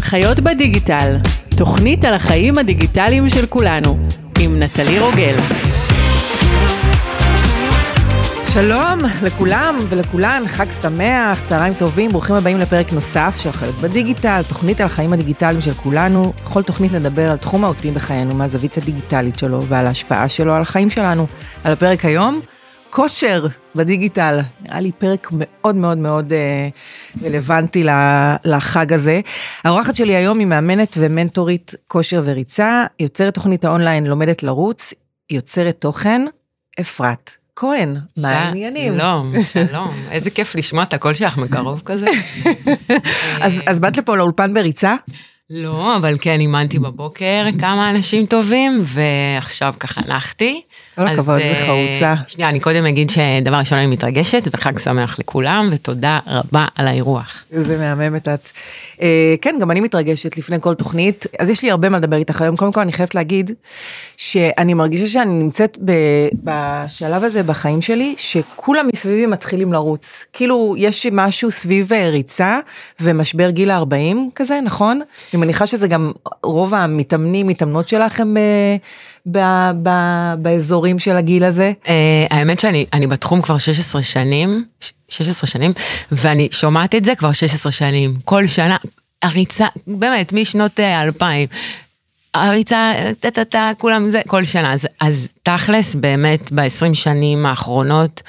חיות בדיגיטל, תוכנית על החיים הדיגיטליים של כולנו, עם נטלי רוגל. שלום לכולם ולכולן, חג שמח, צהריים טובים, ברוכים הבאים לפרק נוסף של חיות בדיגיטל, תוכנית על החיים הדיגיטליים של כולנו. בכל תוכנית נדבר על תחום מהותי בחיינו, מהזווית הדיגיטלית שלו ועל ההשפעה שלו על החיים שלנו. על הפרק היום, כושר בדיגיטל. היה לי פרק מאוד מאוד מאוד רלוונטי לחג הזה. האורחת שלי היום היא מאמנת ומנטורית כושר וריצה, יוצרת תוכנית האונליין לומדת לרוץ, יוצרת תוכן, אפרת כהן, מה העניינים? שלום, איזה כיף לשמוע את הקול שלך מקרוב כזה. אז באת לפה לאולפן בריצה? לא, אבל כן, אימנתי בבוקר כמה אנשים טובים, ועכשיו ככה נחתי. כל הכבוד, זה חרוצה. שנייה, אני קודם אגיד שדבר ראשון אני מתרגשת, וחג שמח לכולם, ותודה רבה על האירוח. זה מהממת את. כן, גם אני מתרגשת לפני כל תוכנית, אז יש לי הרבה מה לדבר איתך היום. קודם כל אני חייבת להגיד, שאני מרגישה שאני נמצאת בשלב הזה בחיים שלי, שכולם מסביבי מתחילים לרוץ. כאילו, יש משהו סביב ריצה, ומשבר גיל 40 כזה, נכון? אני מניחה שזה גם רוב המתאמנים, מתאמנות שלכם באזורים של הגיל הזה? האמת שאני בתחום כבר 16 שנים, ואני שומעת את זה כבר 16 שנים. כל שנה, הריצה, באמת, משנות 2000, הריצה, כולם זה, כל שנה. אז תכלס, באמת, ב-20 שנים האחרונות,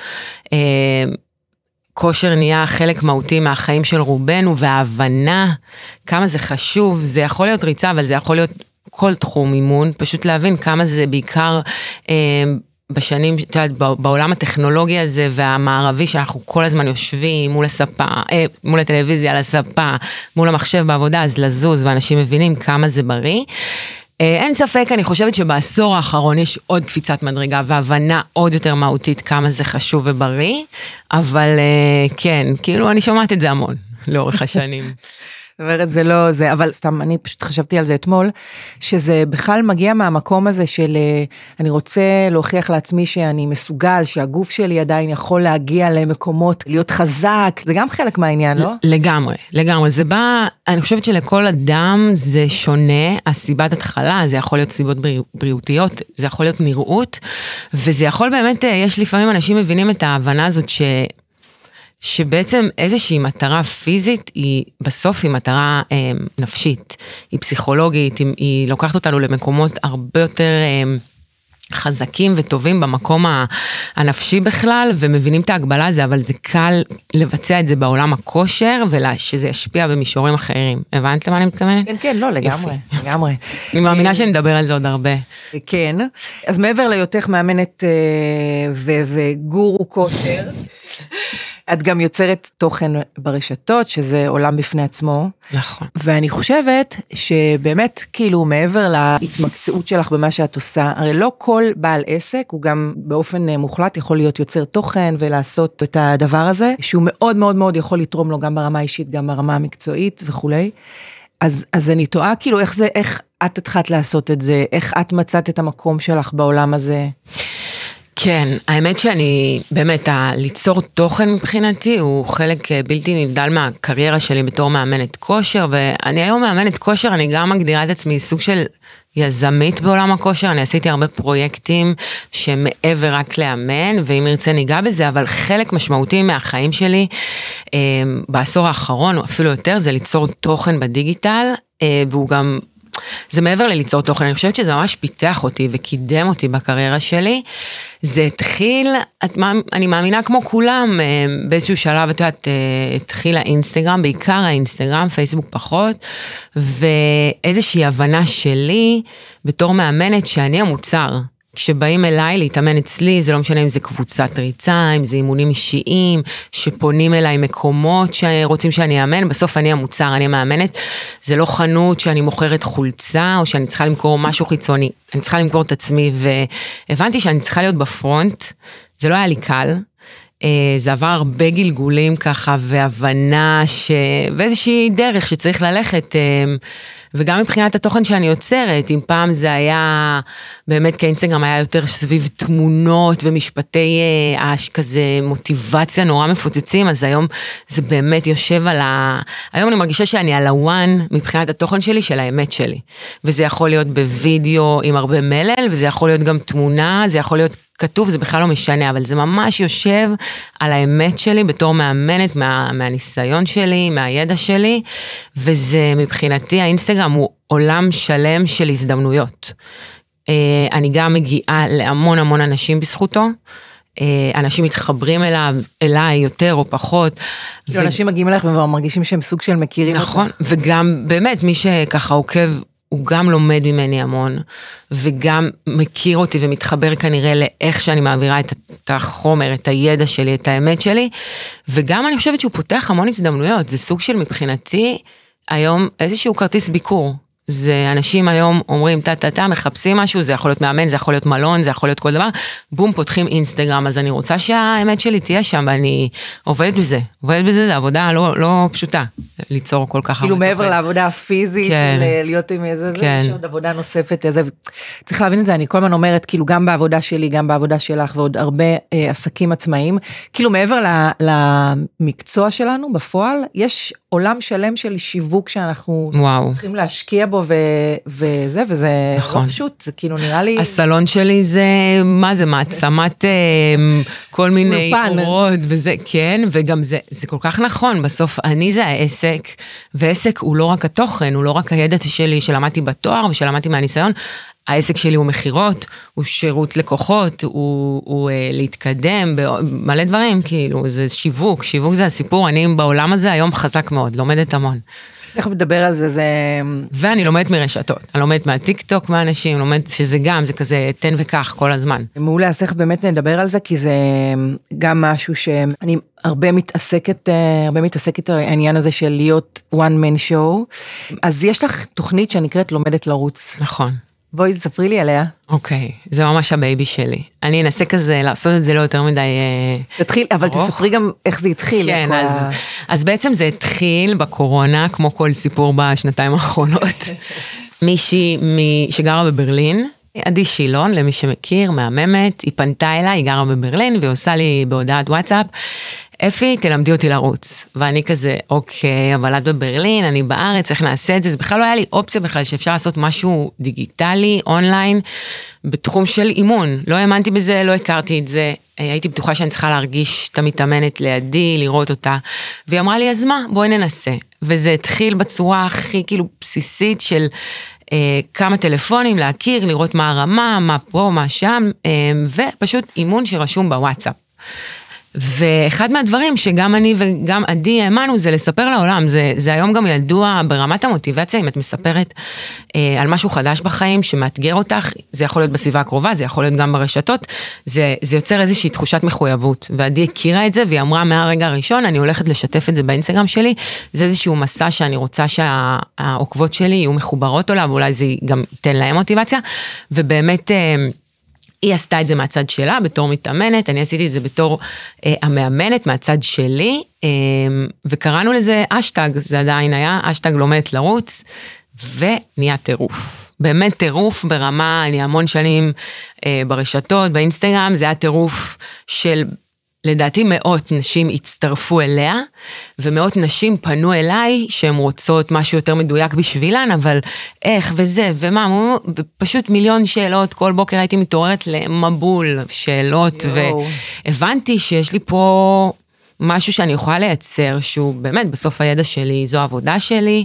כושר נהיה חלק מהותי מהחיים של רובנו, וההבנה כמה זה חשוב, זה יכול להיות ריצה, אבל זה יכול להיות כל תחום אימון, פשוט להבין כמה זה בעיקר בשנים, את יודעת, בעולם הטכנולוגי הזה והמערבי, שאנחנו כל הזמן יושבים מול הספה, מול הטלוויזיה, על הספה, מול המחשב בעבודה, אז לזוז, ואנשים מבינים כמה זה בריא. אין ספק, אני חושבת שבעשור האחרון יש עוד קפיצת מדרגה, והבנה עוד יותר מהותית כמה זה חשוב ובריא, אבל כן, כאילו אני שומעת את זה המון, לאורך השנים. זאת אומרת, זה לא זה, אבל סתם, אני פשוט חשבתי על זה אתמול, שזה בכלל מגיע מהמקום הזה של, אני רוצה להוכיח לעצמי שאני מסוגל, שהגוף שלי עדיין יכול להגיע למקומות, להיות חזק, זה גם חלק מהעניין, לא? לגמרי, זה בא, אני חושבת שלכל אדם זה שונה, הסיבת התחלה, זה יכול להיות סיבות בריאותיות, זה יכול להיות נראות, וזה יכול באמת, יש לפעמים אנשים מבינים את ההבנה הזאת שבעצם איזושהי מטרה פיזית היא בסוף היא מטרה נפשית, היא פסיכולוגית, היא לוקחת אותנו למקומות הרבה יותר חזקים וטובים במקום הנפשי בכלל, ומבינים את ההגבלה הזה, אבל זה קל לבצע את זה בעולם הכושר, ושזה ישפיע במישורים אחרים. הבנת למה אני מתכוונת? כן, לא, לגמרי. אני מאמינה שנדבר על זה עוד הרבה. כן, אז מעבר ליותך מאמנת וגורו כושר, את גם יוצרת תוכן ברשתות, שזה עולם בפני עצמו. נכון. ואני חושבת שבאמת, כאילו, מעבר להתמקצעות שלך במה שאת עושה, הרי לא כל בעל עסק, הוא גם באופן מוחלט יכול להיות יוצר תוכן, ולעשות את הדבר הזה, שהוא מאוד מאוד מאוד יכול לתרום לו, גם ברמה האישית, גם ברמה המקצועית וכו'. אז אני תוהה, כאילו, איך את התחלת לעשות את זה? איך את מצאת את המקום שלך בעולם הזה? כן, האמת שאני, באמת, ליצור תוכן מבחינתי, הוא חלק בלתי נבדל מהקריירה שלי בתור מאמנת כושר, ואני היום מאמנת כושר, אני גם מגדירה את עצמי סוג של יזמית בעולם הכושר, אני עשיתי הרבה פרויקטים שמעבר רק לאמן, ואם נרצה ניגע בזה, אבל חלק משמעותי מהחיים שלי, בעשור האחרון, או אפילו יותר, זה ליצור תוכן בדיגיטל, והוא גם זה מעבר לליצור תוכן, אני חושבת שזה ממש פיתח אותי וקידם אותי בקריירה שלי, זה התחיל, אני מאמינה כמו כולם, באיזשהו שלב, את יודעת, התחיל האינסטגרם, בעיקר האינסטגרם, פייסבוק פחות, ואיזושהי הבנה שלי, בתור מאמנת שאני המוצר, כשבאים אליי להתאמן אצלי, זה לא משנה אם זה קבוצת ריצה, אם זה אימונים אישיים, שפונים אליי מקומות שרוצים שאני אאמן, בסוף אני המוצר, אני המאמנת, זה לא חנות שאני מוכרת חולצה, או שאני צריכה למכור משהו חיצוני, אני צריכה למכור את עצמי, והבנתי שאני צריכה להיות בפרונט, זה לא היה לי קל, זה עבר הרבה גלגולים ככה, והבנה ואיזושהי דרך שצריך ללכת, וגם מבחינת התוכן שאני יוצרת, אם פעם זה היה, באמת כאינסטגרם היה יותר סביב תמונות ומשפטי כזה מוטיבציה נורא מפוצצים, אז היום זה באמת יושב היום אני מרגישה שאני על הוואן מבחינת התוכן שלי, של האמת שלי. וזה יכול להיות בווידאו עם הרבה מלל, וזה יכול להיות גם תמונה, זה יכול להיות כתוב, זה בכלל לא משנה, אבל זה ממש יושב על האמת שלי, בתור מאמנת מהניסיון שלי, מהידע שלי, וזה מבחינתי, האינסטגרם הוא עולם שלם של הזדמנויות. אני גם מגיעה להמון המון אנשים בזכותו, אנשים מתחברים אליי יותר או פחות. אנשים מגיעים אליך ומרגישים שהם סוג של מכירים אותך. נכון, וגם באמת מי שככה עוקב, הוא גם לומד ממני המון, וגם מכיר אותי ומתחבר כנראה לאיך שאני מעבירה את החומר, את הידע שלי, את האמת שלי, וגם אני חושבת שהוא פותח המון הזדמנויות, זה סוג של מבחינתי, היום איזשהו כרטיס ביקור, זה אנשים היום אומרים, מחפשים משהו, זה יכול להיות מאמן, זה יכול להיות מלון, זה יכול להיות כל דבר, בום, פותחים אינסטגרם, אז אני רוצה שהאמת שלי תהיה שם, ואני עובדת בזה, זה עבודה לא פשוטה, ליצור כל כך כאילו מעבר לעבודה הפיזית, להיות עם איזה, יש עוד עבודה נוספת, צריך להבין את זה, אני כל הזמן אומרת, כאילו גם בעבודה שלי, גם בעבודה שלך, ועוד הרבה עסקים עצמאיים, כאילו מעבר למקצוע שלנו, בפועל, יש עולם שלם של שיווק שאנחנו צריכים להשקיע בו וזה לא פשוט, זה כאילו נראה לי... הסלון שלי זה, מה זה, מעצמת כל מיני אורות וזה, כן, וגם זה כל כך נכון, בסוף אני זה העסק, ועסק הוא לא רק התוכן, הוא לא רק הידע שלי שלמדתי בתואר ושלמדתי מהניסיון, העסק שלי הוא מחירות, הוא שירות לקוחות, הוא להתקדם, מלא דברים, כאילו, זה שיווק זה הסיפור, אני בעולם הזה היום חזק מאוד, לומדת המון. איך מדבר על זה, ואני לומדת מרשתות, אני לומדת מהטיק-טוק מהאנשים, לומדת שזה גם, זה כזה תן וכך כל הזמן. מעולה, אז איך באמת נדבר על זה, כי זה גם משהו שאני הרבה מתעסקת העניין הזה של להיות one man show, אז יש לך תוכנית שנקראת לומדת לרוץ. נכון. בואי, ספרי לי עליה. אוקיי, זה ממש הבייבי שלי. אני אנסה כזה לעשות את זה לא יותר מדי תתחיל, אבל תספרי גם איך זה התחיל. כן, אז בעצם זה התחיל בקורונה, כמו כל סיפור בשנתיים האחרונות. מישהי שגרה בברלין, עדי שילון, למי שמכיר, מהממת, היא פנתה אליי, היא גרה בברלין, והיא עושה לי בהודעת וואטסאפ, אפי, תלמדי אותי לרוץ. ואני כזה, אוקיי, אבל את בברלין, אני בארץ, איך נעשה את זה? זה בכלל לא היה לי אופציה בכלל שאפשר לעשות משהו דיגיטלי, אונליין, בתחום של אימון. לא האמנתי בזה, לא הכרתי את זה. הייתי בטוחה שאני צריכה להרגיש את המתאמנת לידי, לראות אותה. והיא אמרה לי, אז מה? בואי ננסה. וזה התחיל בצורה הכי כאילו בסיסית של כמה טלפונים, להכיר, לראות מה הרמה, מה פה, מה שם, ופשוט אימון שרשום בוואטסאפ. ואחד מהדברים שגם אני וגם עדי האמנו זה לספר לעולם, זה היום גם ידוע ברמת המוטיבציה, אם את מספרת על משהו חדש בחיים שמאתגר אותך, זה יכול להיות בסביבה הקרובה, זה יכול להיות גם ברשתות, זה יוצר איזושהי תחושת מחויבות, ועדי הכירה את זה והיא אמרה מהרגע הראשון, אני הולכת לשתף את זה באינסטגרם שלי, זה איזשהו מסע שאני רוצה שהעוקבות שלי יהיו מחוברות עליו, ואולי זה גם ייתן להם מוטיבציה, ובאמת היא עשתה את זה מהצד שלה, בתור מתאמנת, אני עשיתי את זה בתור המאמנת מהצד שלי, וקראנו לזה אשטג, זה עדיין היה, אשטג לומדת לרוץ, ונהיה טירוף. באמת טירוף ברמה, אני המון שנים ברשתות, באינסטגרם, זה היה טירוף של לדעתי מאות נשים הצטרפו אליה, ומאות נשים פנו אליי, שהן רוצות משהו יותר מדויק בשבילן, אבל איך וזה ומה, ופשוט מיליון שאלות, כל בוקר הייתי מתעוררת למבול שאלות, והבנתי שיש לי פה משהו שאני יכולה לייצר, שהוא באמת בסוף הידע שלי, זו העבודה שלי,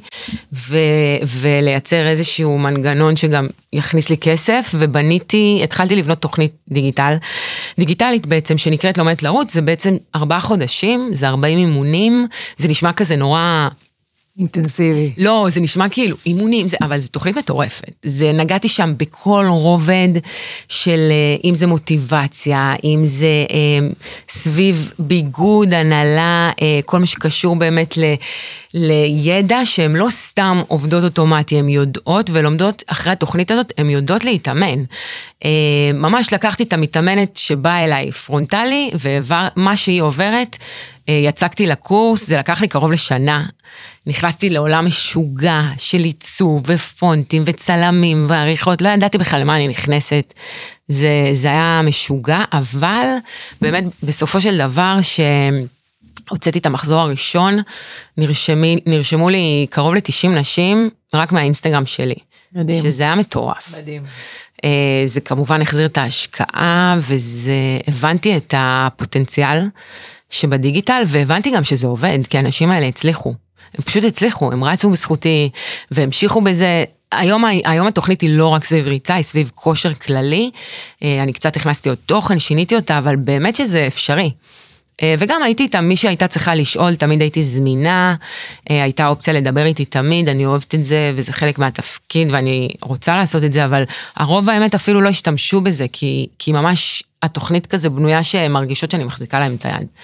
ולייצר איזשהו מנגנון שגם יכניס לי כסף, התחלתי לבנות תוכנית דיגיטלית בעצם, שנקראת לומדת לרוץ, זה בעצם 4 חודשים, זה 40 אימונים, זה נשמע כזה נורא אינטנסיבי. לא, זה נשמע כאילו אימונים, אבל זו תוכנית מטורפת. זה נגעתי שם בכל רובד של אם זה מוטיבציה, אם זה סביב ביגוד, הנהלה, כל מה שקשור באמת לידע שהן לא סתם עובדות אוטומטי, הן יודעות ולומדות אחרי התוכנית הזאת, הן יודעות להתאמן. ממש לקחתי את המתאמנת שבאה אליי פרונטלי, ומה שהיא עוברת, יצקתי לקורס, זה לקח לי קרוב לשנה, נכנסתי לעולם משוגע של עיצוב ופונטים וצלמים ועריכות, לא ידעתי בכלל למה אני נכנסת, זה היה משוגע, אבל באמת בסופו של דבר שהוצאתי את המחזור הראשון, נרשמו לי קרוב ל-90 נשים, רק מהאינסטגרם שלי, מדהים. שזה היה מטורף. מדהים. זה כמובן החזיר את ההשקעה, והבנתי את הפוטנציאל שבדיגיטל, והבנתי גם שזה עובד, כי האנשים האלה הצליחו. הם פשוט הצליחו, הם רצו בזכותי, והמשיכו בזה. היום התוכנית היא לא רק סביב ריצה, היא סביב כושר כללי. אני קצת הכנסתי עוד תוכן, שיניתי אותה, אבל באמת שזה אפשרי. וגם הייתי איתה, מי שהייתה צריכה לשאול, תמיד הייתי זמינה, הייתה אופציה לדבר איתי תמיד, אני אוהבת את זה, וזה חלק מהתפקיד, ואני רוצה לעשות את זה, אבל הרוב האמת אפילו לא השתמשו בזה, כי ממש התוכנית כזה בנויה שמרגישות שאני מחזיקה להם את היד.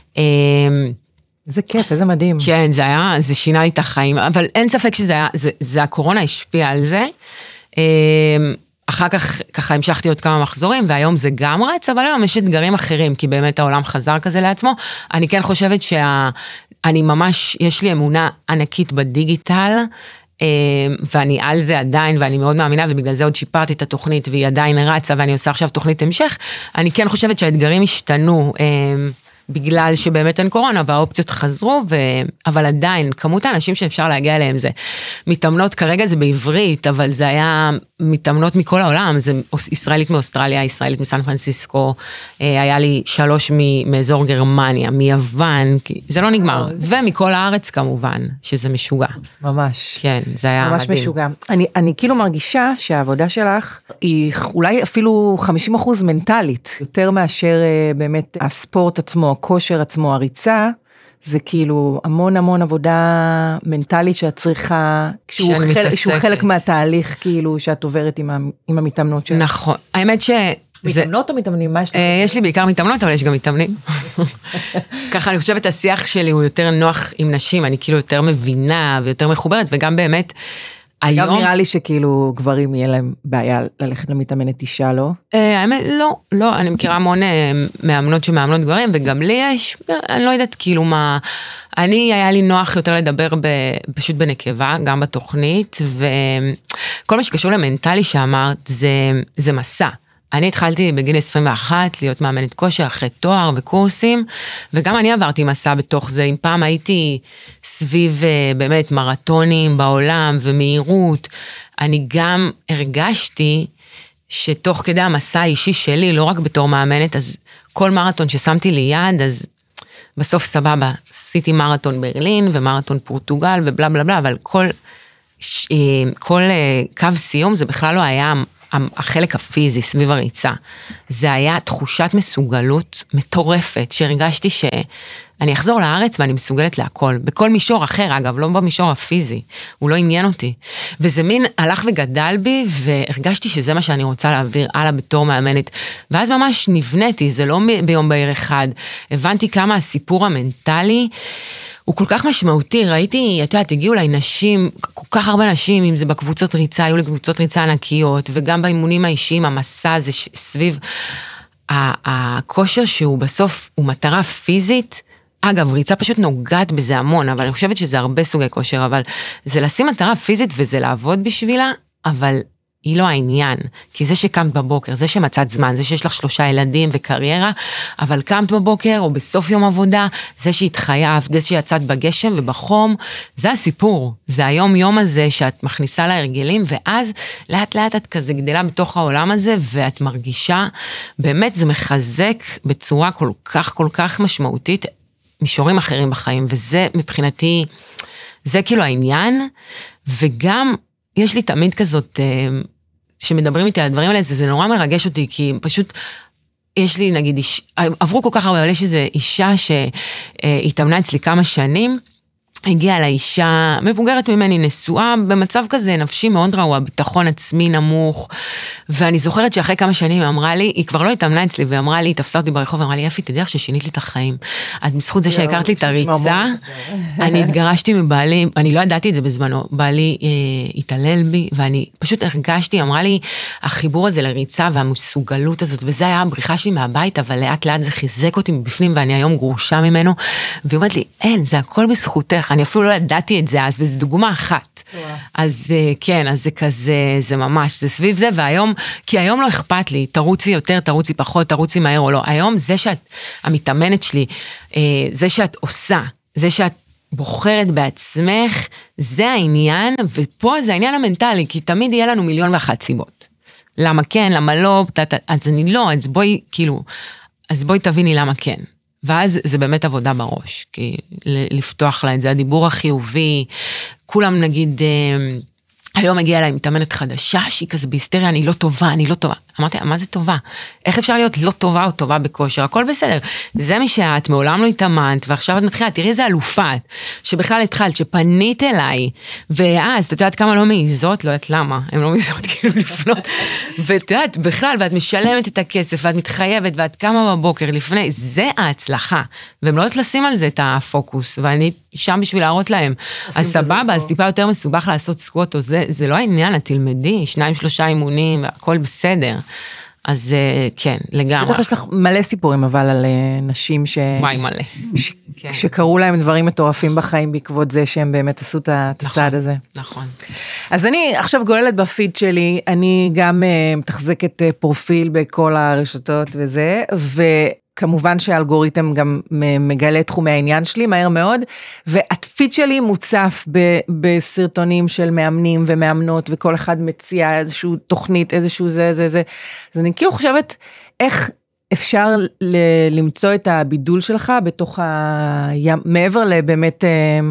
זה כיף, איזה מדהים. כן, זה שינה לי את החיים, אבל אין ספק שזה הקורונה השפיעה על זה. אחר כך ככה המשכתי עוד כמה מחזורים, והיום זה גם רץ, אבל היום יש אתגרים אחרים, כי באמת העולם חזר כזה לעצמו. אני כן חושבת שאני ממש, יש לי אמונה ענקית בדיגיטל, ואני על זה עדיין, ואני מאוד מאמינה, ובגלל זה עוד שיפרתי את התוכנית, והיא עדיין רצה, ואני עושה עכשיו תוכנית המשך. אני כן חושבת שהאתגרים השתנו, בגלל שבאמת אין קורונה, והאופציות חזרו, אבל עדיין, כמות האנשים שאפשר להגיע אליהם זה מתאמנות, כרגע זה בעברית, אבל זה היה מתאמנות מכל העולם, זה ישראלית מאוסטרליה, ישראלית מסן פרנסיסקו, היה לי 3 מאזור גרמניה, מיוון, זה לא נגמר, ומכל הארץ כמובן, שזה משוגע. ממש. כן, זה היה ממש מדהים. משוגע. אני כאילו מרגישה שהעבודה שלך היא אולי אפילו 50% מנטלית, יותר מאשר באמת הספורט עצמו, הכושר עצמו, הריצה, זה כאילו המון המון עבודה מנטלית שאת צריכה, שהוא חלק מהתהליך כאילו שאת עוברת עם המתאמנות שלך. נכון, האמת ש... מתאמנות או מתאמנים? מה יש לך? יש לי בעיקר מתאמנות, אבל יש גם מתאמנים. ככה אני חושבת השיח שלי הוא יותר נוח עם נשים, אני כאילו יותר מבינה ויותר מחוברת, וגם באמת היום... גם נראה לי שכאילו גברים יהיה להם בעיה ללכת למתאמנת אישה, לא? האמת, לא, אני מכירה המון מאמנות שמאמנות גברים, וגם לי יש, אני לא יודעת כאילו מה, היה לי נוח יותר לדבר פשוט בנקבה, גם בתוכנית, וכל מה שקשור למנטלי שאמרת, זה מסע. אני התחלתי בגיל 21 להיות מאמנת כושר אחרי תואר וקורסים, וגם אני עברתי מסע בתוך זה, אם פעם הייתי סביב באמת מרתונים בעולם ומהירות, אני גם הרגשתי שתוך כדי המסע האישי שלי, לא רק בתור מאמנת, אז כל מרתון ששמתי לי יד, אז בסוף סבבה, עשיתי מרתון ברלין ומרתון פורטוגל ובלה בלה בלה, אבל כל קו סיום זה בכלל לא היה החלק הפיזי סביב הריצה. זה היה תחושת מסוגלות מטורפת, שהרגשתי שאני אחזור לארץ ואני מסוגלת להכל, בכל מישור אחר אגב, לא במישור הפיזי, הוא לא עניין אותי. וזה מין הלך וגדל בי, והרגשתי שזה מה שאני רוצה להעביר הלאה בתור מאמנת, ואז ממש נבניתי, זה לא ביום בהיר אחד, הבנתי כמה הסיפור המנטלי, הוא כל כך משמעותי, ראיתי, את יודעת, הגיעו אליי נשים, כל כך הרבה נשים, אם זה בקבוצות ריצה, היו לי קבוצות ריצה ענקיות, וגם באימונים האישיים, המסע הזה סביב הכושר שהוא בסוף, הוא מטרה פיזית, אגב, ריצה פשוט נוגעת בזה המון, אבל אני חושבת שזה הרבה סוגי כושר, אבל זה לשים מטרה פיזית וזה לעבוד בשבילה, אבל היא לא העניין, כי זה שקמת בבוקר, זה שמצאת זמן, זה שיש לך 3 ילדים וקריירה, אבל קמת בבוקר או בסוף יום עבודה, זה שהתחייבת, זה שיצאת בגשם ובחום, זה הסיפור, זה היום יום הזה שאת מכניסה להרגלים, ואז לאט לאט את כזה גדלה בתוך העולם הזה, ואת מרגישה, באמת זה מחזק בצורה כל כך משמעותית, מישורים אחרים בחיים, וזה מבחינתי, זה כאילו העניין, וגם יש לי תמיד כזאת, שמדברים איתי על הדברים האלה, זה נורא מרגש אותי, כי פשוט, יש לי נגיד, עברו כל כך הרבה, אבל יש איזו אישה שהתאמנה אצלי כמה שנים, הגיעה לאישה, מבוגרת ממני, נשואה, במצב כזה, נפשי מאוד רעוע, ביטחון עצמי נמוך, ואני זוכרת שאחרי כמה שנים היא אמרה לי, היא כבר לא התאמנה אצלי, ואמרה לי, תפסה אותי ברחוב, ואמרה לי, יפי, תדעי לך ששינית לי את החיים. את בזכות זה שהכרת לי את הריצה, אני התגרשתי מבעלי, אני לא ידעתי את זה בזמנו, בעלי התעלל בי, ואני פשוט הרגשתי, אמרה לי, החיבור הזה לריצה והמסוגלות הזאת, וזה היה הבריחה שלי מהבית, אבל לאט לאט זה חיזק אותי מבפנים, ואני היום גרושה ממנו, והיא אומרת לי, אין, זה הכל בזכותך, אני אפילו לא ידעתי את זה אז, וזו דוגמה אחת. אז כן, אז זה כזה, זה ממש, זה סביב זה, והיום, כי היום לא אכפת לי, תרוצי יותר, תרוצי פחות, תרוצי מהר או לא. היום זה שאת, המתאמנת שלי, זה שאת עושה, זה שאת בוחרת בעצמך, זה העניין, ופה זה העניין המנטלי, כי תמיד יהיה לנו 1,000,001 סיבות. למה כן, למה לא, אז אני לא, אז בואי, כאילו, אז בואי תביני למה כן. ואז זה באמת עבודה בראש, כי לפתוח לה את זה, הדיבור החיובי, כולם נגיד, היום הגיעה אליי מתאמנת חדשה, שהיא כזה בהיסטריה, אני לא טובה, אני לא טובה. אמרתי, מה זה טובה? איך אפשר להיות לא טובה או טובה בכושר? הכל בסדר. זה מי שאת, מעולם לא התאמנת, ועכשיו את מתחילה, תראי איזה אלופת, שבכלל התחלת, שפנית אליי, ואז, את יודעת כמה לא מעיזות, לא יודעת למה, הן לא מעיזות כאילו לפנות, ואת יודעת, בכלל, ואת משלמת את הכסף, ואת מתחייבת, ואת קמה בבוקר לפני, זה ההצלחה, והם לא יודעת לשים על זה את הפוקוס, ואני שם בשביל להראות להם, אז סבבה, אז טיפה יותר מסובך לעשות סקווט, או זה לא העניין, את תלמדי, 2-3 אימונים, הכל בסדר. אז כן, לגמרי. בטח יש לך מלא סיפורים, אבל על נשים וואי, מלא. שקראו להם דברים מטורפים בחיים, בעקבות זה שהם באמת עשו את הצעד הזה. נכון. אז אני עכשיו גוללת בפיד שלי, אני גם מתחזקת פרופיל בכל הרשתות וזה, כמובן שהאלגוריתם גם מגלה תחומי העניין שלי, מהר מאוד, והפיד שלי מוצף בסרטונים של מאמנים ומאמנות, וכל אחד מציע איזשהו תוכנית, איזשהו זה. אז אני כאילו חושבת, איך אפשר למצוא את הבידול שלך, בתוך מעבר לבאמת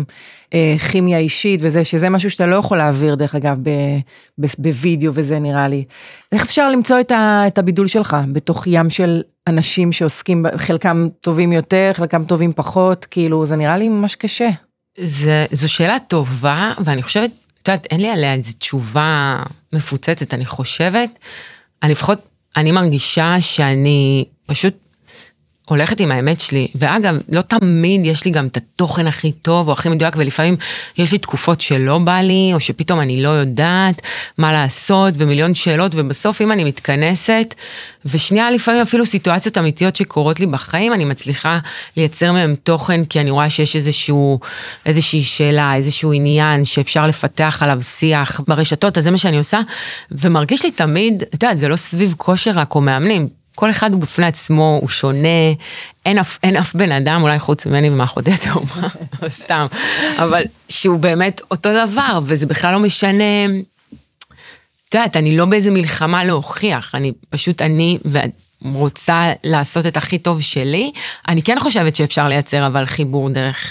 כימיה אישית, וזה, שזה משהו שאתה לא יכול להעביר, דרך אגב, בווידאו, וזה נראה לי. איך אפשר למצוא את הבידול שלך, בתוך ים של אנשים שעוסקים, חלקם טובים יותר, חלקם טובים פחות, כאילו, זה נראה לי ממש קשה. זו שאלה טובה, ואני חושבת, את יודעת, אין לי עליה איזו תשובה מפוצצת, אני חושבת, לפחות, אני מרגישה שאני פשוט הולכת עם האמת שלי, ואגב, לא תמיד יש לי גם את התוכן הכי טוב, או הכי מדויק, ולפעמים יש לי תקופות שלא בא לי, או שפתאום אני לא יודעת מה לעשות, ומיליון שאלות, ובסוף אם אני מתכנסת, ושנייה לפעמים אפילו סיטואציות אמיתיות שקורות לי בחיים, אני מצליחה לייצר מהם תוכן, כי אני רואה שיש איזושהי שאלה, איזשהו עניין, שאפשר לפתח עליו שיח ברשתות, אז זה מה שאני עושה, ומרגיש לי תמיד, אתה יודע, זה לא סביב כושר רק או מאמנים, כל אחד הוא בפני עצמו, הוא שונה, אין אף בן אדם, אולי חוץ ממני ומאחודי התאומה, או סתם, אבל שהוא באמת אותו דבר, וזה בכלל לא משנה, את יודעת, אני לא באיזה מלחמה להוכיח, אני פשוט רוצה לעשות את הכי טוב שלי, אני כן חושבת שאפשר לייצר, אבל חיבור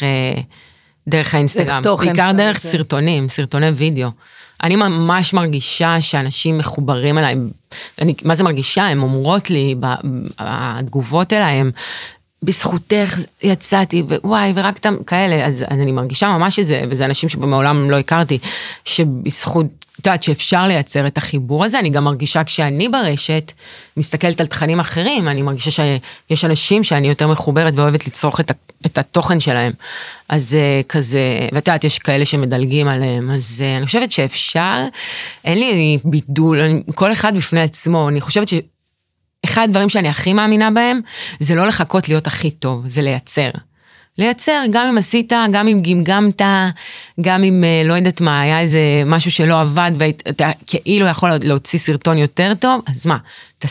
דרך האינסטגרם, בעיקר דרך סרטוני וידאו. אני ממש מרגישה שאנשים מחוברים אליי, מה זה מרגישה? הם אומרות לי, התגובות אליהם, בזכותך יצאתי, ווואי, ורק כאלה, אז אני מרגישה ממש שזה, וזה אנשים שבמעולם לא הכרתי, שבזכות, את יודעת, שאפשר לייצר את החיבור הזה, אני גם מרגישה כשאני ברשת, מסתכלת על תכנים אחרים, אני מרגישה שיש אנשים שאני יותר מחוברת, ואוהבת לצרוך את התוכן שלהם, אז כזה, ואת יודעת, יש כאלה שמדלגים עליהם, אז אני חושבת שאפשר, אין לי בידול, כל אחד בפני עצמו, אני חושבת אחד הדברים שאני הכי מאמינה בהם, זה לא לחכות להיות הכי טוב, זה לייצר. לייצר, גם אם עשית, גם אם גמגמת, גם אם לא יודעת מה, היה איזה משהו שלא עבד, ואתה כאילו יכול להוציא סרטון יותר טוב, אז מה?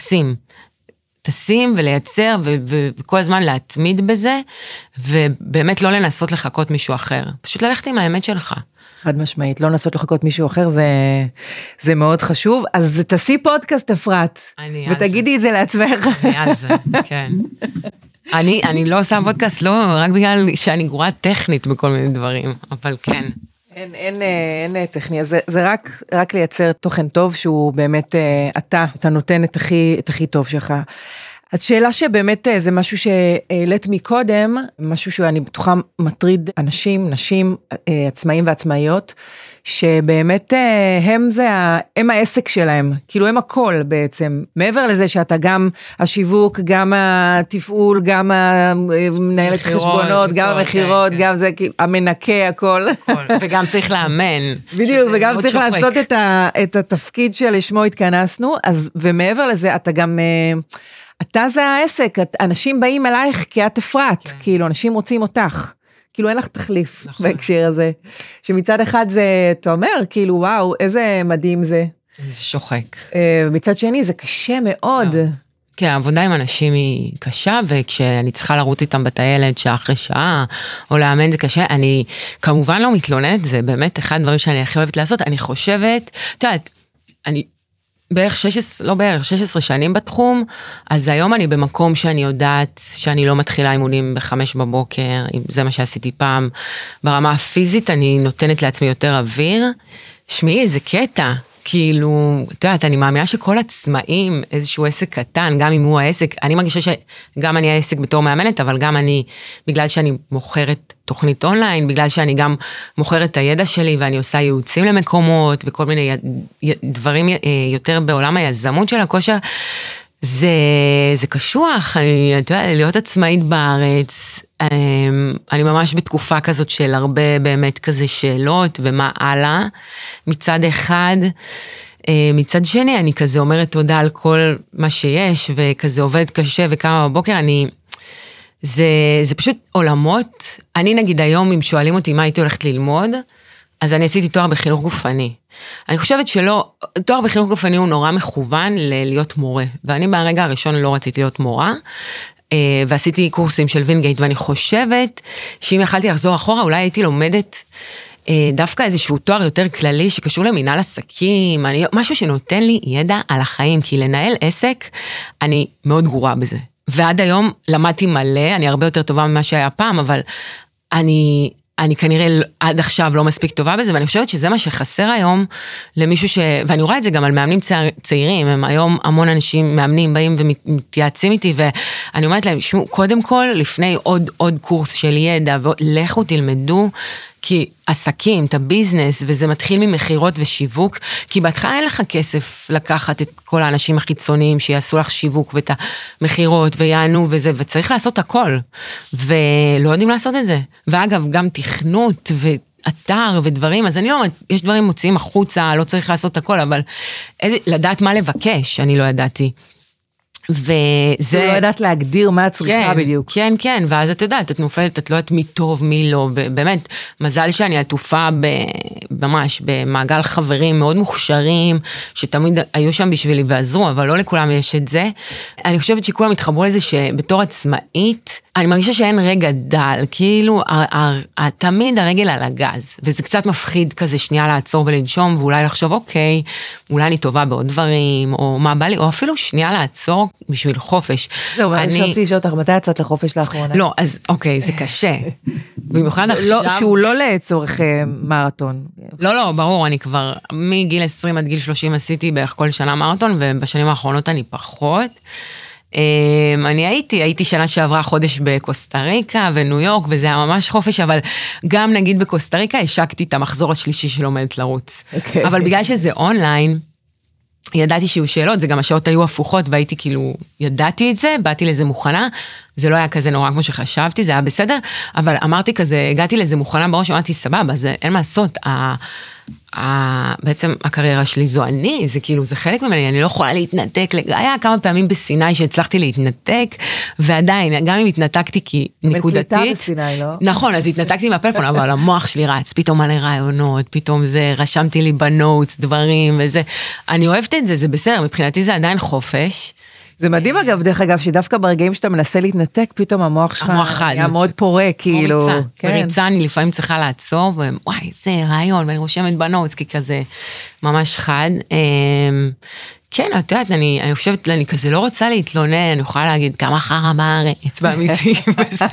תשים ולייצר, וכל הזמן להתמיד בזה, ובאמת לא לנסות לחכות מישהו אחר. פשוט ללכת עם האמת שלך. חד משמעית, לא לנסות לחכות מישהו אחר, זה מאוד חשוב. אז תעשי פודקאסט, אפרת, ותגידי את זה לעצמך. אני על זה, כן. אני לא עושה פודקאסט, לא, רק בגלל שאני גרועה טכנית בכל מיני דברים, אבל כן. אין טכניה, זה רק לייצר תוכן טוב, שהוא באמת אתה נותן את הכי טוב שלך. אז שאלה שבאמת זה משהו שהעלית מקודם, משהו שאני בטוחה מטריד אנשים, נשים, עצמאים ועצמאיות, שבאמת הם העסק שלהם, כאילו הם הכל בעצם, מעבר לזה שאתה גם השיווק, גם התפעול, גם מנהלת חשבונות, גם המחירות, גם זה, המנקה, הכל. וגם צריך לאמן. בדיוק, וגם צריך לעשות את התפקיד שלשמו התכנסנו, ומעבר לזה אתה גם... אתה זה העסק, אנשים באים אלייך כי את אפרת, כאילו אנשים רוצים אותך, כאילו אין לך תחליף בהקשר הזה, שמצד אחד זה, אתה אומר, כאילו וואו, איזה מדהים זה. זה שוחק. מצד שני זה קשה מאוד. כן, העבודה עם אנשים היא קשה, וכשאני צריכה לרוץ איתם בטיילת שעה אחרי שעה, או לאמן זה קשה, אני כמובן לא מתלוננת, זה באמת אחד הדברים שאני הכי אוהבת לעשות, אני חושבת, את יודעת, אני... בערך 16 שנים בתחום, אז היום אני במקום שאני יודעת שאני לא מתחילה אימונים ב5 בבוקר, אם זה מה שעשיתי פעם, ברמה הפיזית אני נותנת לעצמי יותר אוויר, שמי איזה קטע, כאילו, את יודעת, אני מאמינה שכל עצמאים, איזשהו עסק קטן, גם אם הוא העסק, אני מרגישה שגם אני העסק בתור מאמנת, אבל גם אני, בגלל שאני מוכרת תוכנית אונליין, בגלל שאני גם מוכרת את הידע שלי, ואני עושה ייעוצים למקומות, וכל מיני דברים יותר בעולם היזמות של הכושר, זה קשוח, אתה יודע, להיות עצמאית בארץ, אני ממש בתקופה כזאת של הרבה באמת כזה שאלות, ומה הלאה, מצד אחד, מצד שני, אני כזה אומרת תודה על כל מה שיש, וכזה עובד קשה, וכמה בבוקר, זה פשוט עולמות, אני נגיד היום, אם שואלים אותי מה הייתי הולכת ללמוד, אז אני עשיתי תואר בחינוך גופני. אני חושבת שלא, תואר בחינוך גופני הוא נורא מכוון להיות מורה, ואני מהרגע הראשון לא רציתי להיות מורה, ועשיתי קורסים של וינגייט, ואני חושבת שאם יכלתי לחזור אחורה, אולי הייתי לומדת דווקא איזשהו תואר יותר כללי, שקשור למנהל עסקים, משהו שנותן לי ידע על החיים, כי לנהל עסק, אני מאוד גרועה בזה. ועד היום למדתי מלא, אני הרבה יותר טובה ממה שהיה פעם, אבל אני כנראה עד עכשיו לא מספיק טובה בזה, ואני חושבת שזה מה שחסר היום למישהו ואני רואה את זה גם על מאמנים צעירים, הם היום המון אנשים מאמנים באים ומתייעצים איתי, ואני אומרת להם, שמעו, קודם כל, לפני עוד קורס של ידע, לכו תלמדו, כי עסקים, את הביזנס, וזה מתחיל ממחירות ושיווק, כי בהתחלה אין לך כסף לקחת את כל האנשים החיצוניים שיעשו לך שיווק ואת המחירות ויענו וזה, וצריך לעשות הכל, ולא יודעים לעשות את זה. ואגב, גם תכנות ואתר ודברים, אז אני לא אומרת, יש דברים מוציאים החוצה, לא צריך לעשות הכל, אבל לדעת מה לבקש, אני לא ידעתי. וזה... לא יודעת להגדיר מה צריכה בדיוק. כן, כן, ואז את יודעת, את נופלת, את לא יודעת מי טוב, מי לא, באמת, מזל שאני עטופה ממש במעגל חברים מאוד מוכשרים, שתמיד היו שם בשבילי ועזרו, אבל לא לכולם יש את זה. אני חושבת שכולם התחברו לזה שבתור עצמאית, אני מרגישה שאין רגע דל, כאילו תמיד הרגל על הגז, וזה קצת מפחיד כזה שנייה לעצור ולנשום, ואולי לחשוב, אוקיי, אולי אני טובה בעוד דברים, או מה בא לי, או אפילו שנייה לעצור בשביל חופש. זהו, אני שרציתי לשאול אותך, מתי יצאת לחופש לאחרונה? לא, אז אוקיי, זה קשה. במיוחד עכשיו... שהוא לא לצורך מרתון. לא, ברור, אני כבר מגיל 20 עד גיל 30 עשיתי בערך כל שנה מרתון, ובשנים האחרונות אני פחות. אני הייתי שנה שעברה חודש בקוסטה ריקה וניו יורק, וזה היה ממש חופש, אבל גם נגיד בקוסטה ריקה השקתי את המחזור השלישי שלא עומדת לרוץ. אבל בגלל שזה אונליין, ידעתי שיהיו שאלות, זה גם השעות היו הפוכות, והייתי כאילו, ידעתי את זה, באתי לזה מוכנה, זה לא היה כזה נורא כמו שחשבתי, זה היה בסדר, אבל אמרתי כזה, הגעתי לזה מוכנה בראש, אמרתי סבבה, זה אין מה לעשות, בעצם הקריירה שלי זו אני, זה כאילו, זה חלק ממני, אני לא יכולה להתנתק, היה כמה פעמים בסיני שהצלחתי להתנתק, ועדיין, גם אם התנתקתי כי נקודתית, בקליטה בסיני, לא? נכון, אז התנתקתי מהפלאפון, אבל המוח שלי רץ, פתאום מלא רעיונות, פתאום זה, רשמתי לי בנוטס, דברים וזה, אני אוהבת את זה, זה בסדר, מבחינתי זה עדיין חופש, זה מדהים אגב, דרך אגב, שדווקא ברגעים שאתה מנסה להתנתק, פתאום המוח שלך היה מאוד פורה, כאילו. בריצה אני לפעמים צריכה לעצור, וואי, זה רעיון, ואני רושמת בנוטס, כי כזה ממש חד. כן, את יודעת, אני חושבת, אני כזה לא רוצה להתלונן, אני יכולה להגיד כמה חרא בארץ, במיסים וזה.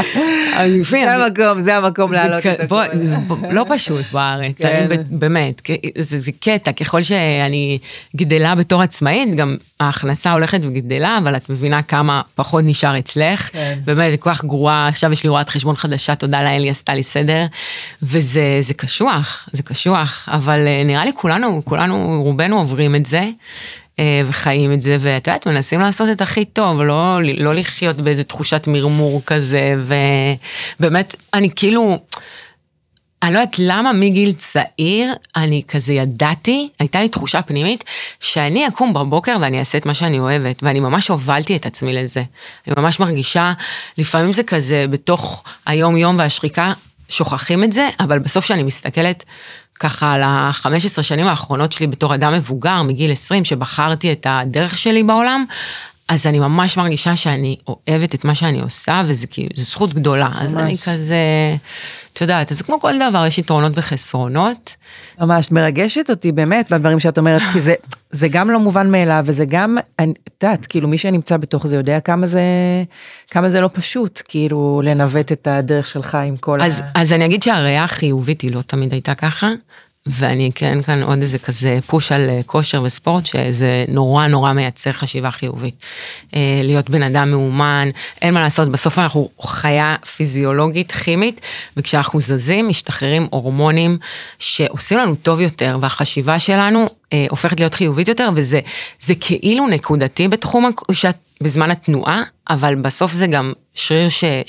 זה המקום לעלות את הכל. לא פשוט בארץ, באמת, זה קטע, ככל שאני גדלה בתור עצמאית, גם ההכנסה הולכת וגדלה, אבל את מבינה כמה פחות נשאר אצלך, באמת, כל כך גרועה, עכשיו יש לי רואת חשבון חדשה, תודה לאל, היא עשתה לי סדר, וזה קשוח, זה קשוח, אבל נראה לי כולנו, רובנו עוברים את זה, וחיים את זה, ואת יודעת, מנסים לעשות את הכי טוב, לא לחיות באיזו תחושת מרמור כזה, ובאמת, אני כאילו, אני לא יודעת למה מגיל צעיר, אני כזה ידעתי, הייתה לי תחושה פנימית, שאני אקום בבוקר ואני אעשה את מה שאני אוהבת, ואני ממש הובלתי את עצמי לזה. אני ממש מרגישה, לפעמים זה כזה, בתוך היום-יום והשחיקה, שוכחים את זה, אבל בסוף שאני מסתכלת ככה על ה-15 שנים האחרונות שלי בתור אדם מבוגר, מגיל 20, שבחרתי את הדרך שלי בעולם, אז אני ממש מרגישה שאני אוהבת את מה שאני עושה, וזה זכות גדולה. אז אני כזה, את יודעת, אז כמו כל דבר, יש יתרונות וחסרונות. ממש מרגשת אותי באמת, בדברים שאת אומרת, כי זה גם לא מובן מאליו, וזה גם, את יודעת, כאילו מי שנמצא בתוך זה יודע כמה זה לא פשוט, כאילו לנווט את הדרך שלך עם כל אז אני אגיד שהראייה החיובית היא לא תמיד הייתה ככה, ואני כן כאן עוד איזה כזה פוש על כושר וספורט, שזה נורא מייצר חשיבה חיובית. להיות בן אדם מאומן, אין מה לעשות, בסוף אנחנו חיה פיזיולוגית, כימית, וכשאנחנו זזים, משתחררים הורמונים שעושים לנו טוב יותר, והחשיבה שלנו הופכת להיות חיובית יותר, וזה כאילו נקודתי בתחום, בזמן התנועה, אבל בסוף זה גם שריר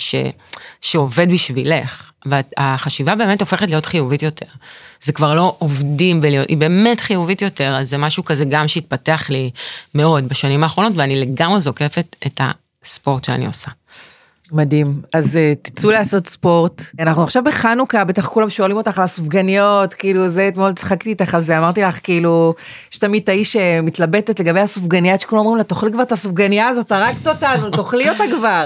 שעובד בשבילך. והחשיבה באמת הופכת להיות חיובית יותר. זה כבר לא עובדים בלהיות, היא באמת חיובית יותר, אז זה משהו כזה גם שהתפתח לי מאוד בשנים האחרונות, ואני לגמרי זוקפת את הספורט שאני עושה. מדהים. אז תצאו לעשות ספורט. אנחנו עכשיו בחנוכה, בטח כולם שואלים אותך על הסופגניות, כאילו זה אתמול צחקתי איתך על זה, אמרתי לך כאילו, יש תמיד האיש שמתלבטת לגבי הסופגניה, שכולם אומרים לה, תאכלי כבר את הסופגניה הזאת, הרגת אותנו, תאכלי אותה כבר.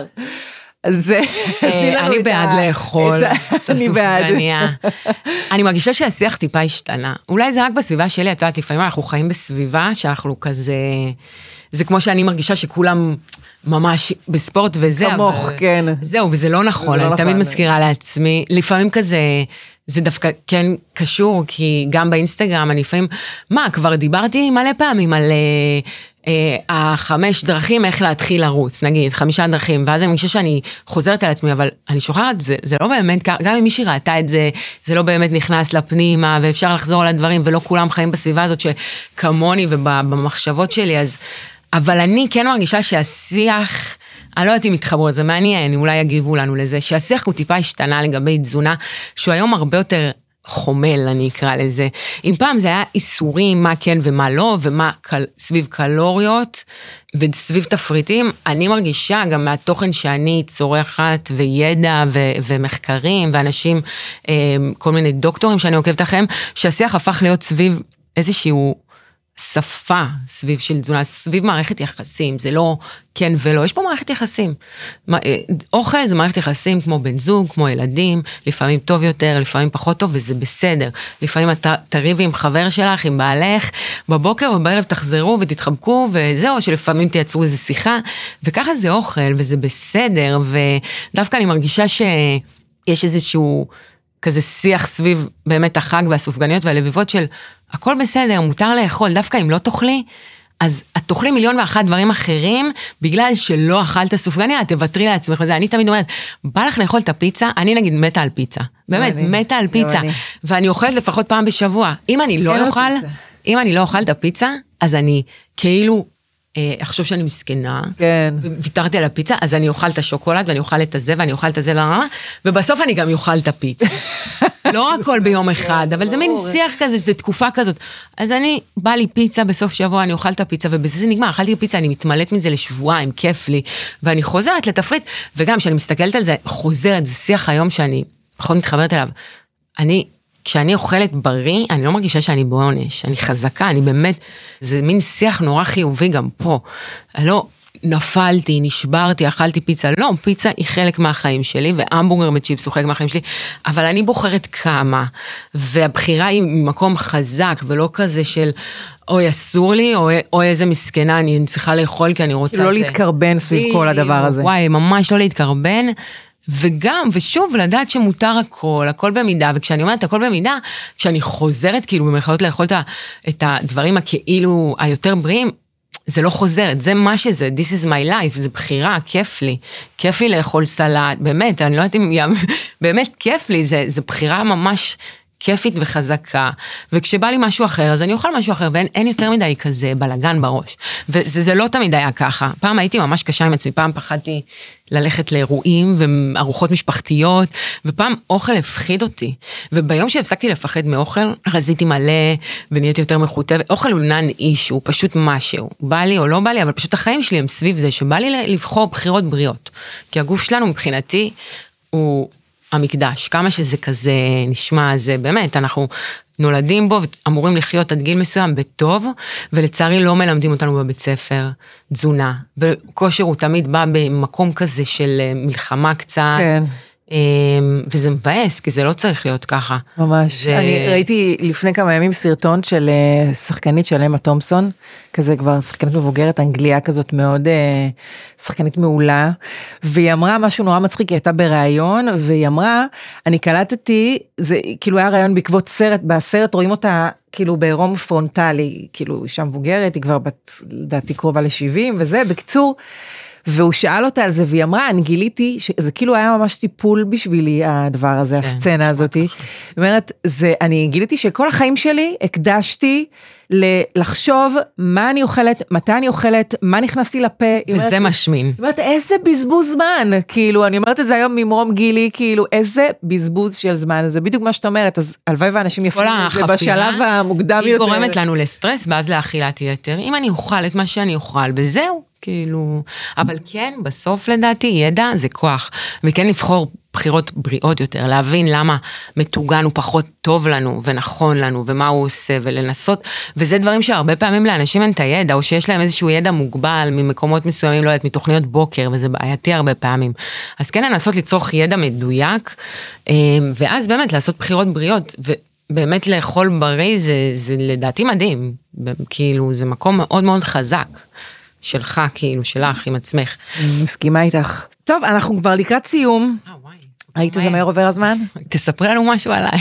אני בעד לאכול את הסופגניה. אני מרגישה שהשיח טיפה השתנה. אולי זה רק בסביבה שלי, את יודעת, לפעמים אנחנו חיים בסביבה שאנחנו כזה, זה כמו שאני מרגישה שכולם ממש בספורט וזה. כמוך, כן. זהו, וזה לא נכון, אני תמיד מזכירה לעצמי. לפעמים כזה, זה דווקא כן קשור, כי גם באינסטגרם אני לפעמים, כבר דיברתי מלא פעמים על 5 דרכים איך להתחיל לרוץ, נגיד 5 דרכים, ואז אני חושב שאני חוזרת על עצמי, אבל אני שוכחת, זה לא באמת, גם אם מישהי ראתה את זה, זה לא באמת נכנס לפנימה, ואפשר לחזור על הדברים, ולא כולם חיים בסביבה הזאת שכמוני ובמחשבות שלי, אבל אני כן מרגישה שהשיח, אני לא יודעת אם מתחברו, זה מעניין, אולי יגיבו לנו לזה, שהשיח הוא טיפה השתנה לגבי תזונה, שהוא היום הרבה יותר חומל, אני אקרא לזה. אם פעם זה היה איסורים, מה כן ומה לא, ומה סביב קלוריות, וסביב תפריטים, אני מרגישה גם מהתוכן שאני צורכת, וידע, ומחקרים, ואנשים, כל מיני דוקטורים שאני עוקבת לכם, שהשיח הפך להיות סביב איזשהו שפה סביב של תזונה, סביב מערכת יחסים, זה לא כן ולא, יש פה מערכת יחסים. אוכל זה מערכת יחסים כמו בן זוג, כמו ילדים, לפעמים טוב יותר, לפעמים פחות טוב, וזה בסדר. לפעמים אתה תריבי עם חבר שלך, עם בעלך, בבוקר ובערב תחזרו ותתחבקו, וזהו, שלפעמים תייצרו איזו שיחה, וככה זה אוכל, וזה בסדר, ודווקא אני מרגישה שיש איזשהו כזה שיח סביב באמת החג והסופגניות והלבבות של הכל בסדר, מותר לאכול, דווקא אם לא תאכלי, אז את תאכלי 1,001,000 דברים אחרים, בגלל שלא אכלת סופגניה, את תוותרי לעצמך וזה. אני תמיד אומרת, בא לך לאכול את הפיצה, אני נגיד מתה על פיצה. באמת, מתה על פיצה. ואני אוכלת לפחות פעם בשבוע. אם אני לא אוכל את הפיצה, אז אני כאילו אחשוב שאני מסכנה, ויתרתי על הפיצה, אז אני אוכל את השוקולד, ואני אוכל את הזה, ואני אוכל את הזה, ובסוף אני גם אוכל את הפיצה. לא הכל ביום אחד, אבל זה מין שיח כזה, זה תקופה כזאת. אז בא לי פיצה בסוף שבוע, אני אוכל את הפיצה, ובזה זה נגמר, אכלתי פיצה, אני מתמלאת מזה לשבועיים, כיף לי, ואני חוזרת לתפריט, וגם כשאני מסתכלת על זה, חוזרת, זה שיח היום שאני פחות מתחברת אליו. כשאני אוכלת בריא, אני לא מרגישה שאני בעונש, אני חזקה, אני באמת, זה מין שיח נורא חיובי גם פה. לא, נפלתי, נשברתי, אכלתי פיצה, לא, פיצה היא חלק מהחיים שלי, והמבורגר בצ'יפס הוא חלק מהחיים שלי, אבל אני בוחרת כמה, והבחירה היא ממקום חזק, ולא כזה של, אוי, אסור לי, או איזה מסכנה, אני צריכה לאכול כי אני רוצה... לא להתקרבן סביב כל הדבר הזה. וואי, ממש לא להתקרבן, וגם, ושוב, לדעת שמותר הכל במידה, וכשאני אומרת הכל במידה, כשאני חוזרת, כאילו, במרכאות לאכול את הדברים הכאילו היותר בריאים, זה לא חוזרת, זה מה שזה, this is my life, זה בחירה, כיף לי לאכול סלט, באמת, אני לא יודעת אם, באמת כיף לי, זה בחירה ממש כיפית וחזקה, וכשבא לי משהו אחר, אז אני אוכל משהו אחר, ואין יותר מדי כזה בלגן בראש, וזה לא תמיד היה ככה, פעם הייתי ממש קשה עם עצמי, פעם פחדתי ללכת לאירועים וארוחות משפחתיות, ופעם אוכל הפחיד אותי, וביום שהפסקתי לפחד מאוכל, רזיתי מלא, ונהייתי יותר מחוטבת, אוכל הוא נן איש, הוא פשוט משהו, בא לי או לא בא לי, אבל פשוט החיים שלי הם סביב זה, שבא לי לבחור בחירות בריאות, כי הגוף שלנו מבחינתי, הוא המקדש, כמה שזה כזה נשמע, זה באמת, אנחנו נולדים בו, ואמורים לחיות עד גיל מסוים בטוב, ולצערי לא מלמדים אותנו בבית ספר, תזונה, וכושר הוא תמיד בא במקום כזה של מלחמה קצת, כן. וזה מבאס, כי זה לא צריך להיות ככה. ממש. אני ראיתי לפני כמה ימים סרטון של שחקנית של אמה תומפסון, כזה כבר שחקנית מבוגרת, אנגליה כזאת מאוד שחקנית מעולה, והיא אמרה משהו נורא מצחיק, היא הייתה בראיון, והיא אמרה, אני קלטתי, זה כאילו היה ראיון בעקבות סרט, בסרט רואים אותה כאילו בעירום פרונטלי, כאילו אישה מבוגרת, היא כבר דעתי קרובה ל-70, וזה בקיצור, והוא שאל אותה על זה, והיא אמרה, אני גיליתי, שזה כאילו היה ממש טיפול בשבילי, הדבר הזה, הסצנה הזאת. היא אומרת, אני גיליתי שכל החיים שלי, הקדשתי לחשוב מה אני אוכלת, מתי אני אוכלת, מה נכנס לי לפה. וזה משמין. היא אומרת, איזה בזבוז זמן, כאילו, אני אומרת את זה היום ממרום גילי, כאילו, איזה בזבוז של זמן, זה בדיוק מה שאת אומרת, אז הלוואי ואנשים יפעילו את זה בשלב המוקדם יותר. היא גורמת לנו לסטרס, ואז לאכילת יתר. אם אני אוכל את מה שאני אוכל, וזהו. כאילו, אבל כן, בסוף לדעתי, ידע זה כוח, וכן לבחור בחירות בריאות יותר, להבין למה מתוגן הוא פחות טוב לנו, ונכון לנו, ומה הוא עושה, ולנסות, וזה דברים שהרבה פעמים לאנשים אין את הידע, או שיש להם איזשהו ידע מוגבל, ממקומות מסוימים, לא יודעת, מתוכניות בוקר, וזה בעייתי הרבה פעמים, אז כן, לנסות לצורך ידע מדויק, ואז באמת לעשות בחירות בריאות, ובאמת לאכול בריא, זה לדעתי מדהים, כאילו, זה מקום מאוד מאוד חזק, שלך, כאילו, שלך, עם עצמך. מסכימה איתך. טוב, אנחנו כבר לקראת סיום. היית זמר עובר הזמן? תספרי לנו משהו עליי.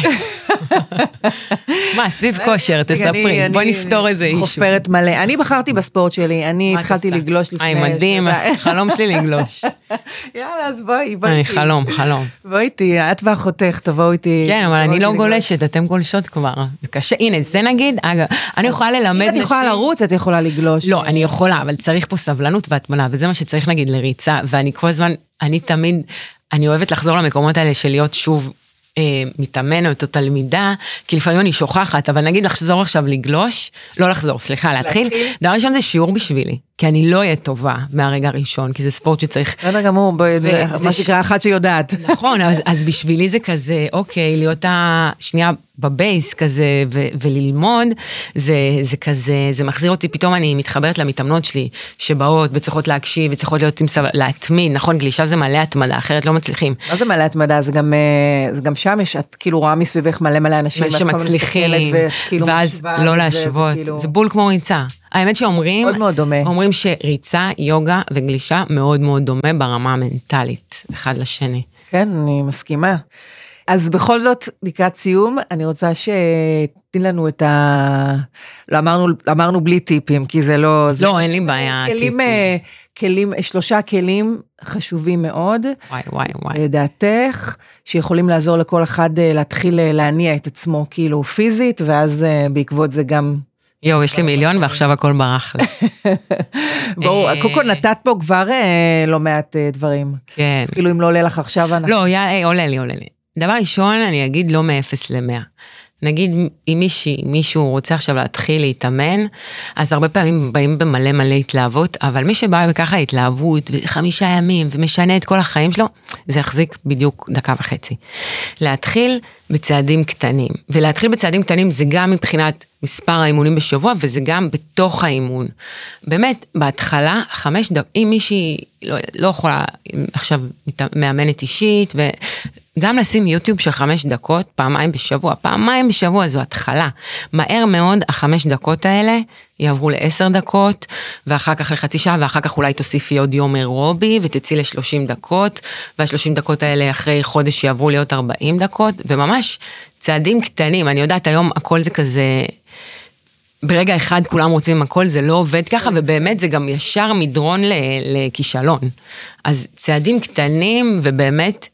מה, סביב כושר, תספרי. בואי נפתור איזה אישו. חופרת מלא. אני בחרתי בספורט שלי, אני התחלתי לגלוש לפני... מדהים, חלום שלי לגלוש. יאללה, אז בואי. אני חלום. בואי איתי, את ואחותך, תבואו איתי. כן, אבל אני לא גולשת, אתם גולשות כבר. זה קשה, הנה, זה נגיד, אגב, אני יכולה ללמד נשים... אם את יכולה לרוץ, את יכולה לגלוש. לא, אני יכולה, אבל צריך פה סבלנות והתמונה, וזה מה שצריך נגיד לריצה, ואני כל הזמן, אני תמיד, אני אוהבת לחזור למקומות האלה של להיות שוב מתאמנת או תלמידה, כי לפעמים אני שוכחת, אבל נגיד לחזור עכשיו לגלוש, לא לחזור, סליחה, להתחיל. דבר ראשון זה שיעור בשבילי, כי אני לא אהיה טובה מהרגע הראשון, כי זה ספורט שצריך... בסדר גמור, מה שקרה אחת שיודעת. נכון, אז בשבילי זה כזה, אוקיי, להיות השנייה בבייס כזה, וללמוד, זה כזה, זה מחזיר אותי, פתאום אני מתחברת למתאמנות שלי, שבאות וצריכות להקשיב, וצריכות להיות להתמיד, נכון, גלישה זה מלא התמדה, אחרת לא מצליחים. מה זה מלא התמדה? זה גם שם יש, את כאילו רואה מסביבך מלא אנשים, שמצליחים, ואז לא להשוות, זה בול כמו ריצה. האמת שאומרים, אומרים שריצה, יוגה וגלישה מאוד מאוד דומה ברמה המנטלית, אחד לשני. כן, אני מסכימה. אז בכל זאת, לקראת סיום, אני רוצה שתתני לנו את לא אמרנו בלי טיפים, כי זה לא... לא, אין לי בעיה, טיפים. 3 כלים חשובים מאוד. וואי. לדעתך, שיכולים לעזור לכל אחד להתחיל להניע את עצמו, כאילו פיזית, ואז בעקבות זה גם... יש לי מיליון ועכשיו הכל ברח לי. בואו, קוקו נתת פה כבר לא מעט דברים. כן. אז כאילו אם לא עולה לך עכשיו... לא, עולה לי. דבר ראשון, אני אגיד לא מ-0 ל-100. נגיד אם מישהו רוצה עכשיו להתחיל להתאמן, אז הרבה פעמים באים במלא התלהבות, אבל מי שבא בככה התלהבות, 5 ימים, ומשנה את כל החיים שלו, זה יחזיק בדיוק 1.5 דקות. להתחיל בצעדים קטנים, ולהתחיל בצעדים קטנים זה גם מבחינת מספר האימונים בשבוע, וזה גם בתוך האימון. באמת, בהתחלה, 5 דקות, אם מישהי לא יכולה, עכשיו מאמנת אישית, וגם לשים יוטיוב של 5 דקות, פעמיים בשבוע זו התחלה. מהר מאוד, 5 דקות האלה יעברו ל10 דקות, ואחר כך לחצי שעה, ואחר כך אולי תוסיפי עוד יום אירובי, ותצאי ל30 דקות, וה30 דקות האלה אחרי חודש יעברו להיות 40 דקות, וממש צעדים קטנים. אני יודעת, היום הכל זה כזה, ברגע אחד כולם רוצים הכל, זה לא עובד ככה, ובאמת זה גם ישר מדרון לכישלון. אז צעדים קטנים, ובאמת,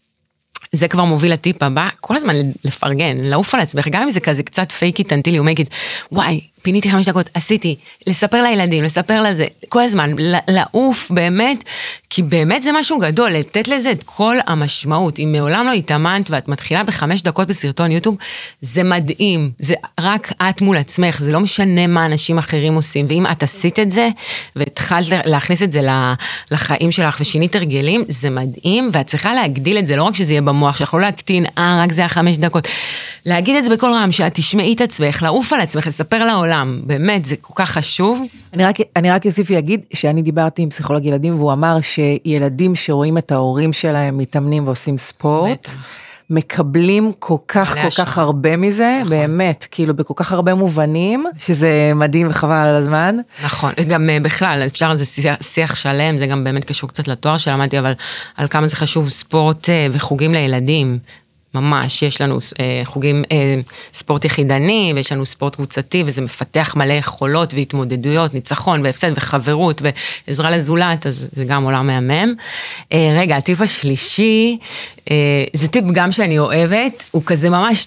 זה כבר מוביל לטיפ הבא, כל הזמן לפרגן, לעוף על עצמך, גם אם זה כזה קצת fake it until you make it, וואי, פיניתי 5 דקות, עשיתי, לספר לילדים, לספר לזה, כל הזמן, לעוף באמת, כי באמת זה משהו גדול, לתת לזה את כל המשמעות, אם מעולם לא התאמנת ואת מתחילה ב5 דקות בסרטון יוטיוב, זה מדהים, זה רק את מול עצמך, זה לא משנה מה אנשים אחרים עושים, ואם את עשית את זה, והתחלת להכניס את זה לחיים שלך, ושינית הרגלים, זה מדהים, ואת צריכה להגדיל את זה, לא רק שזה יהיה במוח, שיכול להקטין, רק זה 5 דקות, להגיד את זה בכל רם, שאת תשמעי את עצמך, לעוף על עצמך, לספר לעולם, באמת, זה כל כך חשוב. אני רק אוסיף להגיד, שאני דיברתי עם פסיכולוג ילדים, והוא אמר שילדים שרואים את ההורים שלהם מתאמנים ועושים ספורט, מקבלים כל כך הרבה מזה, באמת, כאילו בכל כך הרבה מובנים, שזה מדהים וחבל על הזמן. נכון, גם בכלל, אפשר, זה שיח שלם, זה גם באמת קשור קצת לתואר שלמדתי, אבל על כמה זה חשוב ספורט וחוגים לילדים, ממש, יש לנו חוגים ספורט יחידני, ויש לנו ספורט קבוצתי, וזה מפתח מלא יכולות והתמודדויות, ניצחון והפסד וחברות ועזרה לזולת, אז זה גם עולם מהמם. רגע, הטיפ השלישי, זה טיפ גם שאני אוהבת, הוא כזה ממש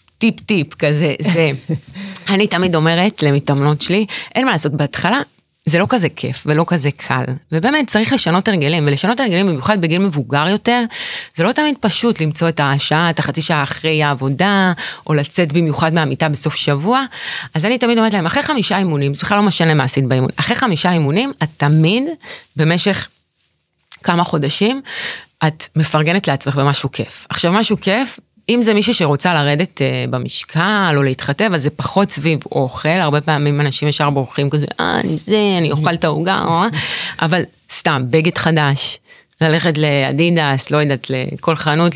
טיפ כזה, זה, אני תמיד אומרת למתאמנות שלי, אין מה לעשות בהתחלה, זה לא כזה כיף ולא כזה קל, ובאמת צריך לשנות הרגלים, ולשנות הרגלים במיוחד בגיל מבוגר יותר, זה לא תמיד פשוט למצוא את השעה, את החצי שעה אחרי העבודה, או לצאת במיוחד מהמיטה בסוף שבוע, אז אני תמיד אומרת להם, אחרי 5 אימונים, זה בכלל לא משנה מה עשית באימון, אחרי 5 אימונים, את תמיד במשך כמה חודשים, את מפרגנת לעצמך במשהו כיף. עכשיו משהו כיף, אם זה מישהו שרוצה לרדת במשקל או להתחתב, אז זה פחות סביב אוכל, הרבה פעמים אנשים ישר בורחים כזה, אני אוכל את העוגה, אבל סתם, בגד חדש, ללכת לאדידס, לא יודעת, לכל חנות,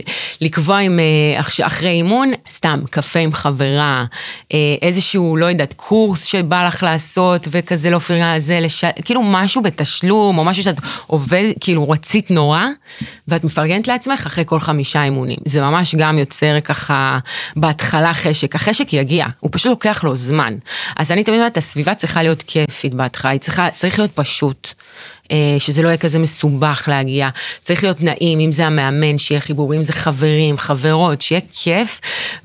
לקבוע עם, אחרי אימון, סתם, קפה עם חברה, איזשהו, לא יודעת, קורס שבא לך לעשות, וכזה לא פרירה, כאילו משהו בתשלום, או משהו שאת עובד, כאילו רצית נורא, ואת מפרגנת לעצמך אחרי כל 5 אימונים. זה ממש גם יוצר ככה, בהתחלה חשק. החשק יגיע, הוא פשוט לוקח לו זמן. אז אני תמיד אומרת, הסביבה צריכה להיות כיפית בהתחלה, צריך להיות פשוט. שזה לא יהיה כזה מסובך להגיע, צריך להיות נעים, אם זה המאמן, שיהיה חיבור, אם זה חברים, חברות, שיהיה כיף,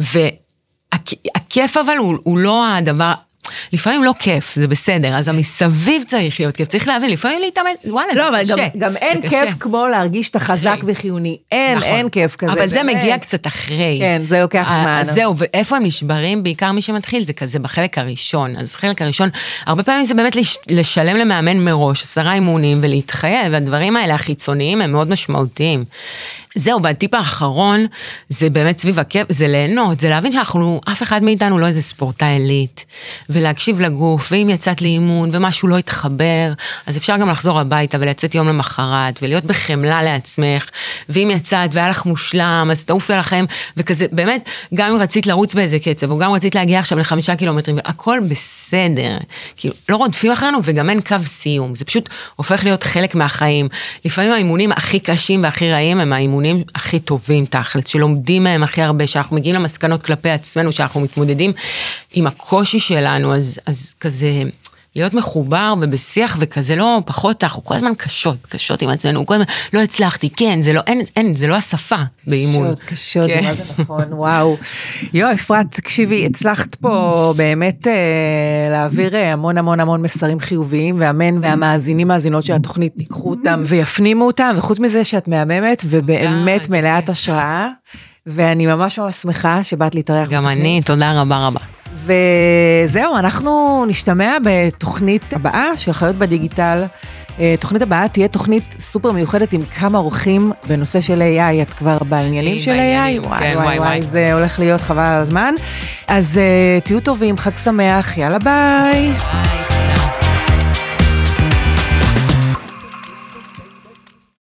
והכיף אבל הוא לא הדבר, לפעמים לא כיף, זה בסדר, אז המסביב צריך להיות כיף, צריך להבין, לפעמים להתאמן, וואלה, לא, אבל גם אין כיף כמו להרגיש את החזק וחיוני, אין כיף כזה. אבל זה מגיע קצת אחרי. כן, זה לוקח זמן. זהו, ואיפה הם נשברים, בעיקר מי שמתחיל, זה כזה בחלק הראשון, אז חלק הראשון, הרבה פעמים זה באמת לשלם למאמן מראש, 10 אימונים ולהתחייב, והדברים האלה החיצוניים הם מאוד משמעותיים. זהו, והטיפ האחרון, זה באמת סביב הכיף, זה ליהנות, זה להבין שאנחנו, אף אחד מאיתנו לא איזה ספורטאי עילית, ולהקשיב לגוף, ואם יצאת לאימון, ומשהו לא יתחבר, אז אפשר גם לחזור הביתה, ולצאת יום למחרת, ולהיות בחמלה לעצמך, ואם יצאת, והיה לך מושלם, אז תעופי עליכם, וכזה, באמת, גם אם רצית לרוץ באיזה קצב, או גם רצית להגיע עכשיו ל5 קילומטרים, והכל בסדר, כאילו, לא רודפים אחרינו, וגם אין קו סיום, זה פשוט הופך להיות חלק מהחיים. לפעמים האימונים הכי קשים והכי רעים הם האימונים הכי טובים תכלת, שלומדים מהם הכי הרבה, שאנחנו מגיעים למסקנות כלפי עצמנו, שאנחנו מתמודדים עם הקושי שלנו, אז כזה להיות מחובר ובשיח וכזה לא פחות, אנחנו כל הזמן קשות עם עצמנו, כל הזמן לא הצלחתי, כן, זה לא השפה באימון. קשות, זה מה זה נכון, וואו. אפרת, תקשיבי, הצלחת פה באמת להעביר המון מסרים חיוביים, והאמן והמאזינים, מאזינות של התוכנית, תיקחו אותם ויפנימו אותם, וחוץ מזה שאת מהממת, ובאמת מלאת השראה, ואני ממש ממש שמחה שבאת להתארח. גם אני, תודה רבה רבה. וזהו, אנחנו נשתמע בתוכנית הבאה של חיות בדיגיטל. תוכנית הבאה תהיה תוכנית סופר מיוחדת עם כמה אורחים בנושא של AI. את כבר בעניינים של AI? וואי, זה הולך להיות חבל על הזמן. אז תהיו טובים, חג שמח, יאללה ביי.